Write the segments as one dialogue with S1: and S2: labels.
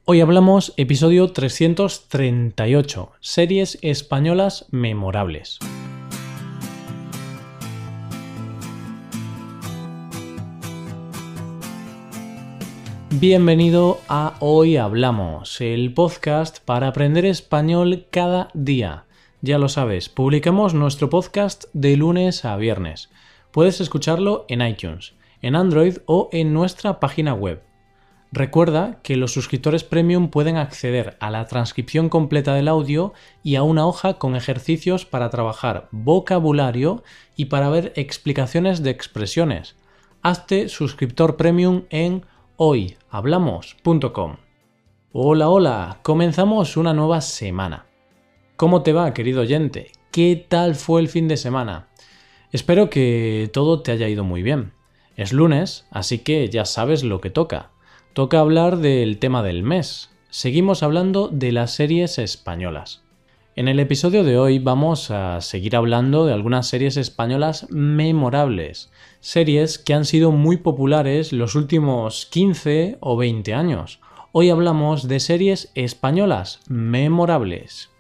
S1: Hoy hablamos episodio 338, series españolas memorables. Bienvenido a Hoy Hablamos, el podcast para aprender español cada día. Ya lo sabes, publicamos nuestro podcast de lunes a viernes. Puedes escucharlo en iTunes, en Android o en nuestra página web. Recuerda que los suscriptores premium pueden acceder a la transcripción completa del audio y a una hoja con ejercicios para trabajar vocabulario y para ver explicaciones de expresiones. Hazte suscriptor premium en hoyhablamos.com. Hola, comenzamos una nueva semana. ¿Cómo te va, querido oyente? ¿Qué tal fue el fin de semana? Espero que todo te haya ido muy bien. Es lunes, así que ya sabes lo que toca. Toca hablar del tema del mes. Seguimos hablando de las series españolas. En el episodio de hoy vamos a seguir hablando de algunas series españolas memorables. Series que han sido muy populares los últimos 15 o 20 años. Hoy hablamos de series españolas memorables.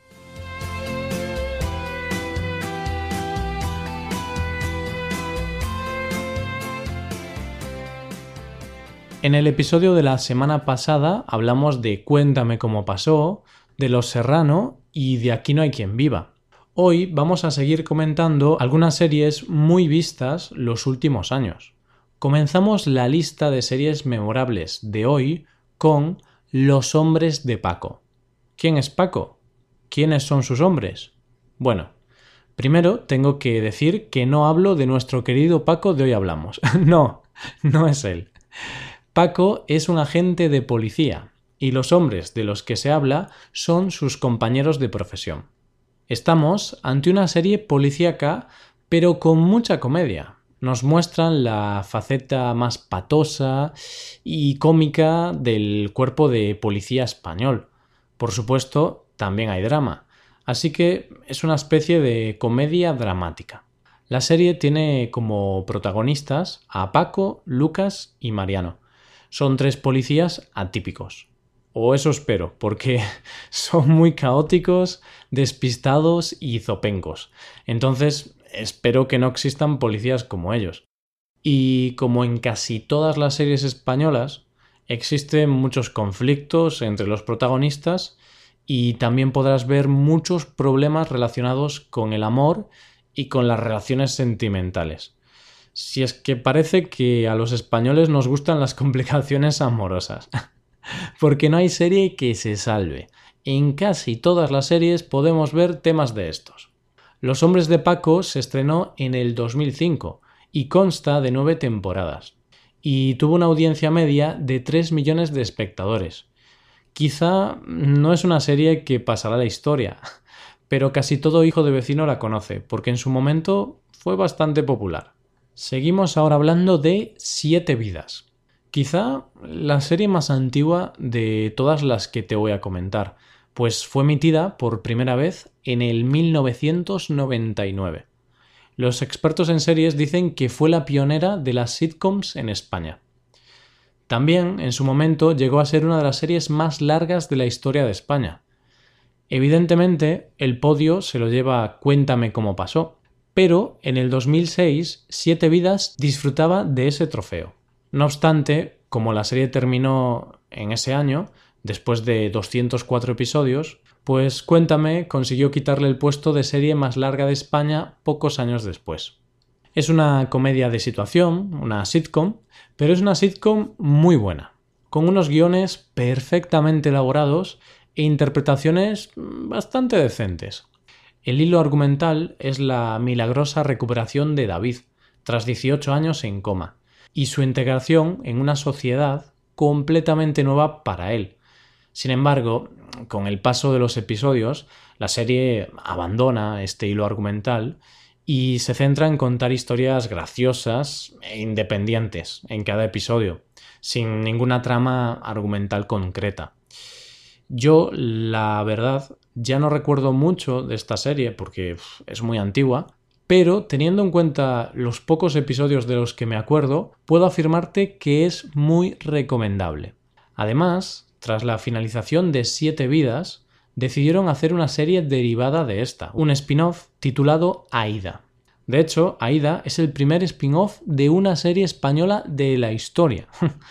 S1: En el episodio de la semana pasada hablamos de Cuéntame cómo pasó, de Los Serrano y de Aquí no hay quien viva. Hoy vamos a seguir comentando algunas series muy vistas los últimos años. Comenzamos la lista de series memorables de hoy con Los hombres de Paco. ¿Quién es Paco? ¿Quiénes son sus hombres? Bueno, primero tengo que decir que no hablo de nuestro querido Paco de Hoy Hablamos. No es él. Paco es un agente de policía y los hombres de los que se habla son sus compañeros de profesión. Estamos ante una serie policíaca, pero con mucha comedia. Nos muestran la faceta más patosa y cómica del cuerpo de policía español. Por supuesto, también hay drama, así que es una especie de comedia dramática. La serie tiene como protagonistas a Paco, Lucas y Mariano. Son tres policías atípicos. O eso espero, porque son muy caóticos, despistados y zopencos. Entonces, espero que no existan policías como ellos. Y como en casi todas las series españolas, existen muchos conflictos entre los protagonistas y también podrás ver muchos problemas relacionados con el amor y con las relaciones sentimentales. Si es que parece que a los españoles nos gustan las complicaciones amorosas. Porque no hay serie que se salve. En casi todas las series podemos ver temas de estos. Los hombres de Paco se estrenó en el 2005 y consta de 9 temporadas. Y tuvo una audiencia media de 3 millones de espectadores. Quizá no es una serie que pasará a la historia, pero casi todo hijo de vecino la conoce, porque en su momento fue bastante popular. Seguimos ahora hablando de 7 vidas. Quizá la serie más antigua de todas las que te voy a comentar, pues fue emitida por primera vez en el 1999. Los expertos en series dicen que fue la pionera de las sitcoms en España. También, en su momento, llegó a ser una de las series más largas de la historia de España. Evidentemente, el podio se lo lleva Cuéntame cómo pasó, pero en el 2006, 7 vidas disfrutaba de ese trofeo. No obstante, como la serie terminó en ese año, después de 204 episodios, pues Cuéntame consiguió quitarle el puesto de serie más larga de España pocos años después. Es una comedia de situación, una sitcom, pero es una sitcom muy buena, con unos guiones perfectamente elaborados e interpretaciones bastante decentes. El hilo argumental es la milagrosa recuperación de David, tras 18 años en coma, y su integración en una sociedad completamente nueva para él. Sin embargo, con el paso de los episodios, la serie abandona este hilo argumental y se centra en contar historias graciosas e independientes en cada episodio, sin ninguna trama argumental concreta. Yo, la verdad, ya no recuerdo mucho de esta serie porque es muy antigua, pero teniendo en cuenta los pocos episodios de los que me acuerdo, puedo afirmarte que es muy recomendable. Además, tras la finalización de 7 vidas, decidieron hacer una serie derivada de esta, un spin-off titulado Aída. De hecho, Aída es el primer spin-off de una serie española de la historia.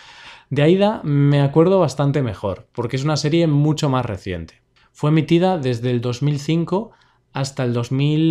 S1: De Aída me acuerdo bastante mejor, porque es una serie mucho más reciente. Fue emitida desde el 2005 hasta el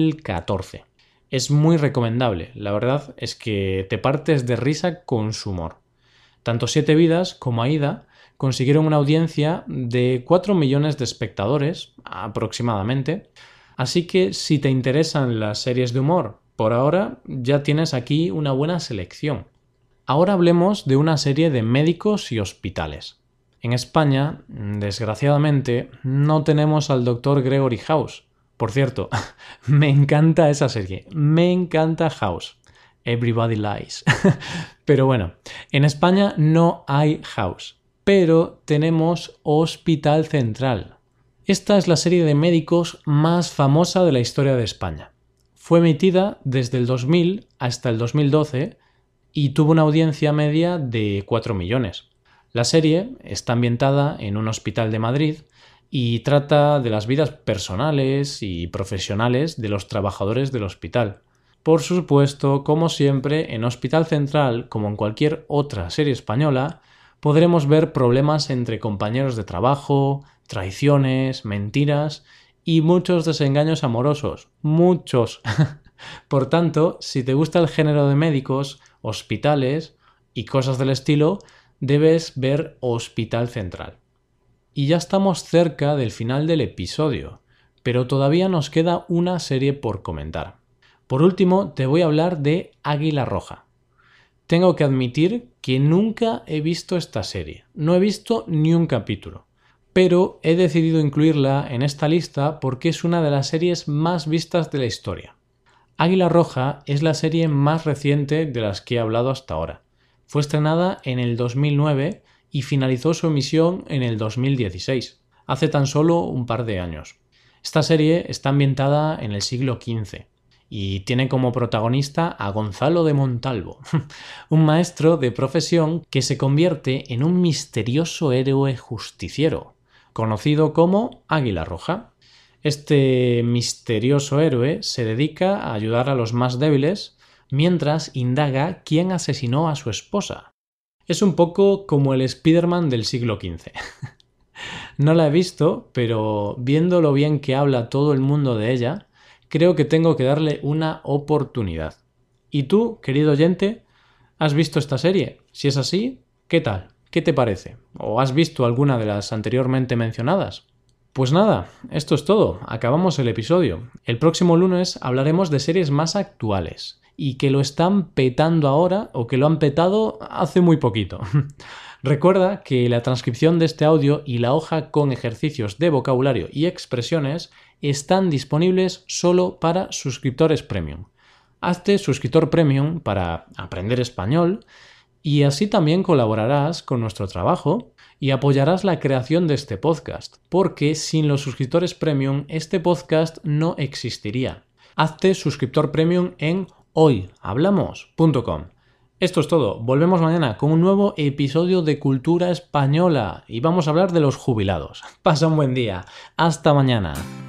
S1: 2014. Es muy recomendable, la verdad es que te partes de risa con su humor. Tanto 7 vidas como Aída consiguieron una audiencia de 4 millones de espectadores, aproximadamente. Así que si te interesan las series de humor, por ahora ya tienes aquí una buena selección. Ahora hablemos de una serie de médicos y hospitales. En España, desgraciadamente, no tenemos al Dr. Gregory House. Por cierto, me encanta esa serie, me encanta House. Everybody Lies. Pero bueno, en España no hay House, pero tenemos Hospital Central. Esta es la serie de médicos más famosa de la historia de España. Fue emitida desde el 2000 hasta el 2012 y tuvo una audiencia media de 4 millones. La serie está ambientada en un hospital de Madrid y trata de las vidas personales y profesionales de los trabajadores del hospital. Por supuesto, como siempre, en Hospital Central, como en cualquier otra serie española, podremos ver problemas entre compañeros de trabajo, traiciones, mentiras y muchos desengaños amorosos. ¡Muchos! Por tanto, si te gusta el género de médicos, hospitales y cosas del estilo, debes ver Hospital Central. Y ya estamos cerca del final del episodio, pero todavía nos queda una serie por comentar. Por último, te voy a hablar de Águila Roja. Tengo que admitir que nunca he visto esta serie, no he visto ni un capítulo, pero he decidido incluirla en esta lista porque es una de las series más vistas de la historia. Águila Roja es la serie más reciente de las que he hablado hasta ahora. Fue estrenada en el 2009 y finalizó su emisión en el 2016, hace tan solo un par de años. Esta serie está ambientada en el siglo XV y tiene como protagonista a Gonzalo de Montalvo, un maestro de profesión que se convierte en un misterioso héroe justiciero, conocido como Águila Roja. Este misterioso héroe se dedica a ayudar a los más débiles mientras indaga quién asesinó a su esposa. Es un poco como el Spider-Man del siglo XV. No la he visto, pero viendo lo bien que habla todo el mundo de ella, creo que tengo que darle una oportunidad. ¿Y tú, querido oyente, has visto esta serie? Si es así, ¿qué tal? ¿Qué te parece? ¿O has visto alguna de las anteriormente mencionadas? Pues nada, esto es todo. Acabamos el episodio. El próximo lunes hablaremos de series más actuales y que lo están petando ahora o que lo han petado hace muy poquito. Recuerda que la transcripción de este audio y la hoja con ejercicios de vocabulario y expresiones están disponibles solo para suscriptores premium. Hazte suscriptor premium para aprender español y así también colaborarás con nuestro trabajo y apoyarás la creación de este podcast, porque sin los suscriptores premium este podcast no existiría. Hazte suscriptor premium en hoyhablamos.com. Esto es todo. Volvemos mañana con un nuevo episodio de Cultura Española y vamos a hablar de los jubilados. Pasa un buen día. Hasta mañana.